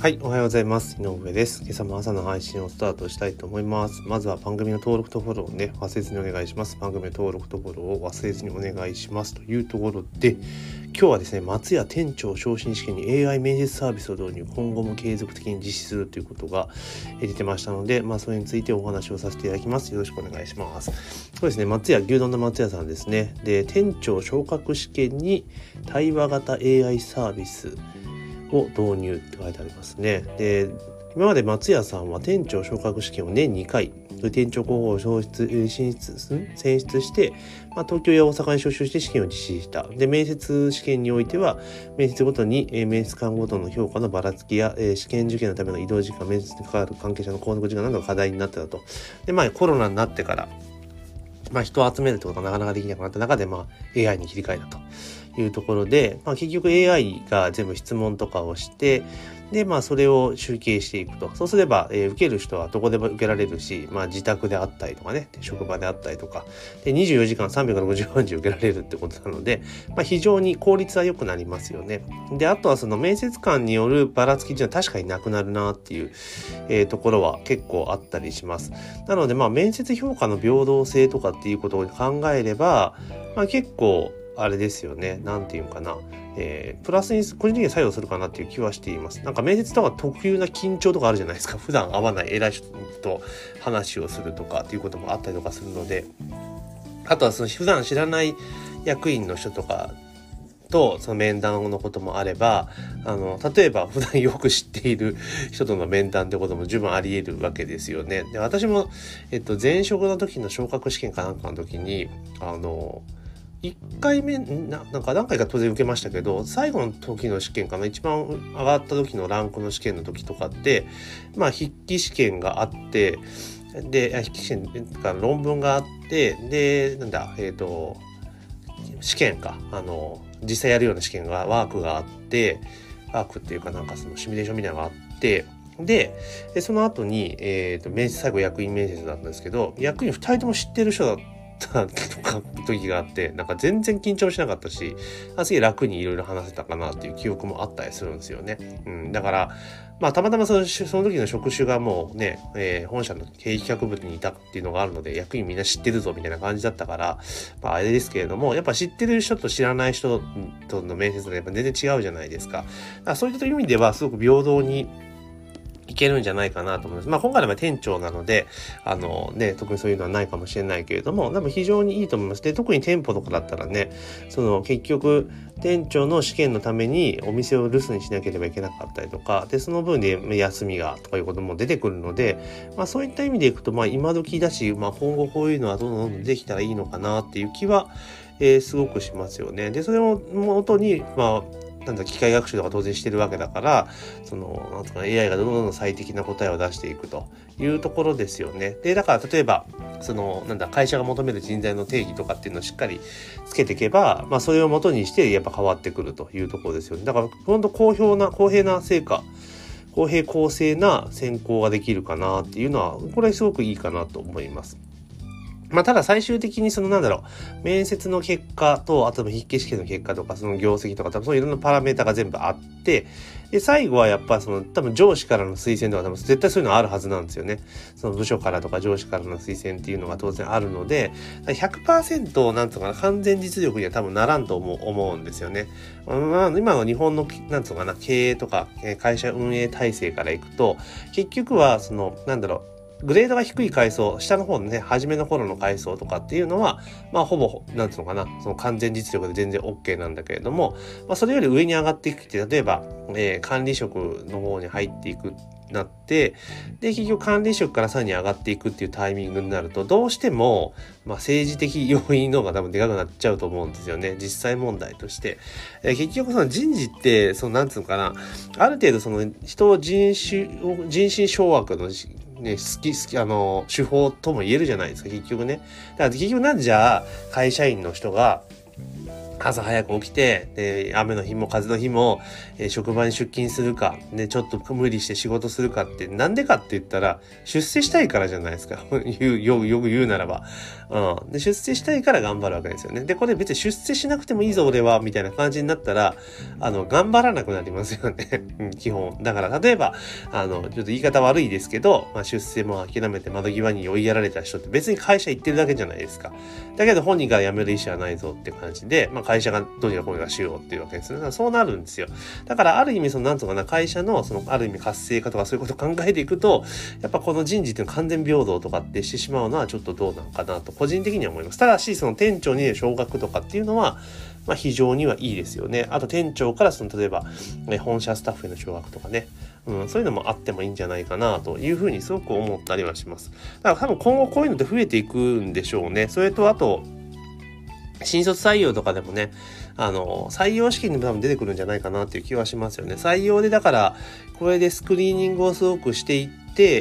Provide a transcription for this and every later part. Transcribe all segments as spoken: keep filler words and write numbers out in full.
はい、おはようございます。井上です。今朝も朝の配信をスタートしたいと思います。まずは番組の登録とフォローをね、忘れずにお願いします。番組の登録とフォローを忘れずにお願いしますというところで、今日はですね、松屋店長昇進試験に エーアイ 面接サービスを導入、今後も継続的に実施するということが出てましたので、まあそれについてお話をさせていただきます。よろしくお願いします。そうですね、松屋、牛丼の松屋さんですね。で、店長昇格試験に対話型 エーアイ サービスを導入って書いてありますね。で、今まで松屋さんは店長昇格試験を年にかい店長候補を創出進出選出して、まあ、東京や大阪に招集して試験を実施した。で、面接試験においては面接ごとに、えー、面接官ごとの評価のばらつきや、えー、試験受験のための移動時間、面接に関わる関係者の拘束時間などが課題になってたと。で、まあコロナになってからまあ人を集めるってことがなかなかできなくなった中で、まあ エーアイ に切り替えたというところで、まあ結局 エーアイ が全部質問とかをして、で、まあそれを集計していくと。そうすれば、えー、受ける人はどこでも受けられるし、まあ自宅であったりとかね、職場であったりとか、で、にじゅうよじかんさんびゃくろくじゅうよじ受けられるってことなので、まあ非常に効率は良くなりますよね。で、あとはその面接官によるばらつきっていうのは確かになくなるなっていう、えー、ところは結構あったりします。なので、まあ面接評価の平等性とかっていうことを考えれば、まあ結構、あれですよね。なんていうかな。えー、プラスに個人的に作用するかなっていう気はしています。なんか面接とか特有な緊張とかあるじゃないですか。普段会わない偉い人と話をするとかっていうこともあったりとかするので、あとはその普段知らない役員の人とかとその面談のこともあれば、あの例えば普段よく知っている人との面談ってことも十分あり得るわけですよね。で、私もえっと前職の時の昇格試験かなんかの時にあのいっかいめな、なんか何回か当然受けましたけど、最後の時の試験かな、一番上がった時のランクの試験の時とかって、まあ筆記試験があって、で、筆記試験か論文があって、で、なんだ、えっと、試験か、あの、実際やるような試験が、ワークがあって、ワークっていうかなんかそのシミュレーションみたいなのがあって、で、でその後に、えっと、面接、最後役員面接だったんですけど、役員ふたりとも知ってる人だった。時があって、なんか全然緊張しなかったし、すげえ楽にいろいろ話せたかなっていう記憶もあったりするんですよね。うん、だから、まあたまたまそのその時の職種がもうね、えー、本社の経営企画部にいたっていうのがあるので、役員みんな知ってるぞみたいな感じだったから、まああれですけれども、やっぱ知ってる人と知らない人との面接がやっぱ全然違うじゃないですか。だからそういった意味ではすごく平等にいけるんじゃないかなと思います。まあ今回は店長なので、あのね、特にそういうのはないかもしれないけれども、多分非常にいいと思います。で、特に店舗とかだったらね、その結局、店長の試験のためにお店を留守にしなければいけなかったりとか、で、その分で休みがとかいうことも出てくるので、まあそういった意味でいくと、まあ今時だし、まあ今後こういうのはどんどんどんどんできたらいいのかなっていう気は、えー、すごくしますよね。で、それを元に、まあ、なんだ機械学習とか当然してるわけだから、そのなんとか エーアイ がどんどん最適な答えを出していくというところですよね。で、だから例えばそのなんだ会社が求める人材の定義とかっていうのをしっかりつけていけば、まあそれを元にしてやっぱ変わってくるというところですよね。だから本当公平な公平な成果、公平公正な選考ができるかなっていうのはこれはすごくいいかなと思います。まあ、ただ最終的にそのなんだろう、面接の結果と、あと筆記試験の結果とか、その業績とか、多分そういういろんなパラメータが全部あって、で、最後はやっぱその多分上司からの推薦とか多分絶対そういうのあるはずなんですよね。その部署からとか上司からの推薦っていうのが当然あるので、ひゃくパーセント なんとかな完全実力には多分ならんと思う、思うんですよね。まあ、今の日本の、なんつうかな、経営とか会社運営体制からいくと、結局はその、なんだろう、グレードが低い階層、下の方のね、初めの頃の階層とかっていうのは、まあ、ほぼ、なんていうのかな、その完全実力で全然 OK なんだけれども、まあ、それより上に上がっていくって、例えば、えー、管理職の方に入っていくなって、で、結局管理職からさらに上がっていくっていうタイミングになると、どうしても、まあ、政治的要因の方が多分でかくなっちゃうと思うんですよね。実際問題として。えー、結局その人事って、その、なんつうのかな、ある程度その人を人種、人心掌握のね、好き好き、あの、手法とも言えるじゃないですか、結局ね。だから結局なんでじゃあ、会社員の人が、 朝早く起きて、で、雨の日も風の日も、えー、職場に出勤するか、ね、ちょっと無理して仕事するかって、なんでかって言ったら、出世したいからじゃないですか。言うよ、よく言うならば。うん。で、出世したいから頑張るわけですよね。で、これ別に出世しなくてもいいぞ、俺は、みたいな感じになったら、あの、頑張らなくなりますよね。うん、基本。だから、例えば、あの、ちょっと言い方悪いですけど、まあ、出世も諦めて窓際に追いやられた人って別に会社行ってるだけじゃないですか。だけど本人から辞める意思はないぞって感じで、まあ、会社がどうにかこうにかしようっていうわけですね。だからそうなるんですよ。だからある意味そのなんとかな会社のそのある意味活性化とかそういうことを考えていくと、やっぱこの人事っていうの完全平等とかってしてしまうのはちょっとどうなのかなと個人的には思います。ただしその店長に昇格とかっていうのはまあ非常にはいいですよね。あと店長からその例えば本社スタッフへの昇格とかね、うん、そういうのもあってもいいんじゃないかなというふうにすごく思ったりはします。だから多分今後こういうのって増えていくんでしょうね。それとあと新卒採用とかでもね、あの、採用試験にも多分出てくるんじゃないかなっていう気はしますよね。採用でだから、これでスクリーニングをすごくしていって、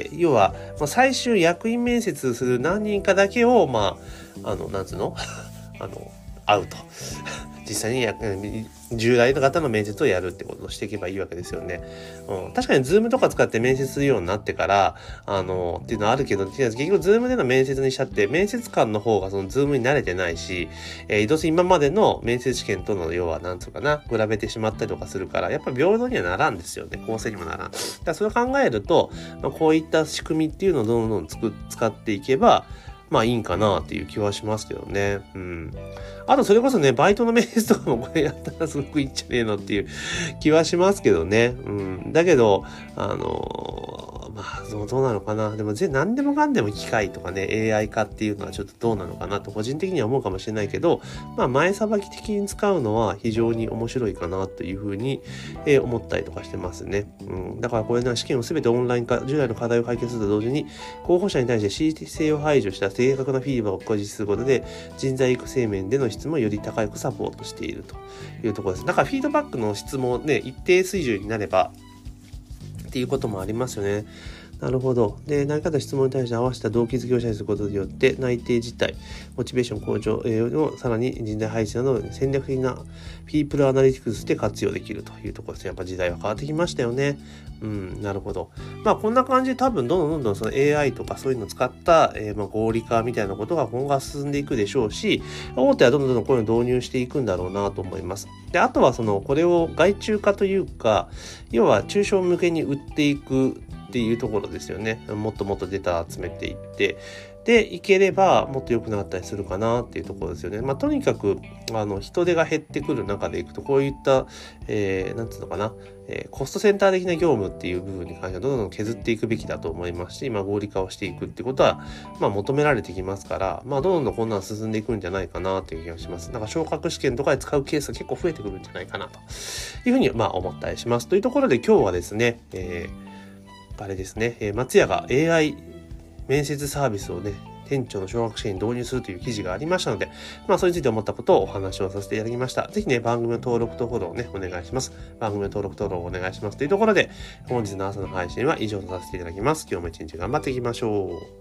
要は、まあ、最終役員面接する何人かだけを、まあ、あの、なんつうのあの、会うと。実際に従来の方の面接をやるってことをしていけばいいわけですよね。うん、確かにズームとか使って面接するようになってから、あの、っていうのはあるけど、結局ズームでの面接にしたって、面接官の方がそのズームに慣れてないし、えー、どうせ今までの面接試験との要はなんつうかな、比べてしまったりとかするから、やっぱ平等にはならんですよね。構成にもならん。だからそれを考えると、まあ、こういった仕組みっていうのをどんどんつく使っていけば、まあいいんかなっていう気はしますけどね。うん。あとそれこそね、バイトの面接とかもこれやったらすごくいいんじゃねえのっていう気はしますけどね。うん。だけど、あのー、まあどうなのかな。でもぜ何でもかんでも機械とかね、エーアイ 化っていうのはちょっとどうなのかなと個人的には思うかもしれないけど、まあ前さばき的に使うのは非常に面白いかなというふうに、えー、思ったりとかしてますね。うん。だからこれね、試験をすべてオンライン化、従来の課題を解決すると同時に、候補者に対して恣意性を排除した正確なフィードバックを実施することで、人材育成面での質もより高くサポートしているというところです。だからフィードバックの質もね、一定水準になればっていうこともありますよね。なるほど。で、何かと質問に対して合わせた動機づけをしたりすることによって、内定自体、モチベーション向上をさらに人材配置など戦略的なピープルアナリティクスで活用できるというところですね。やっぱ時代は変わってきましたよね。うん、なるほど。まあこんな感じで多分どんどんどんどんその エーアイ とかそういうのを使った、えー、まあ合理化みたいなことが今後は進んでいくでしょうし、大手はどんどんどんどんこういうのを導入していくんだろうなと思います。で、あとはそのこれを外注化というか、要は中小向けに売っていくっていうところですよね。もっともっとデータ集めていってでいければもっと良くなったりするかなっていうところですよね。まあとにかくあの人手が減ってくる中でいくとこういった、えー、なんつうのかな、えー、コストセンター的な業務っていう部分に関してはどんどん削っていくべきだと思いますし、まあ合理化をしていくってことはまあ求められてきますから、まあどんどんこんなの進んでいくんじゃないかなという気がします。なんか昇格試験とかで使うケースが結構増えてくるんじゃないかなというふうにまあ思ったりします。というところで今日はですね、えーあれですね、えー、松屋が エーアイ 面接サービスをね、店長の昇格試験に導入するという記事がありましたので、まあそれについて思ったことをお話をさせていただきました。ぜひね、番組の登録とフォローをね、お願いします。番組の登録とフォローをお願いします。というところで、本日の朝の配信は以上とさせていただきます。今日も一日頑張っていきましょう。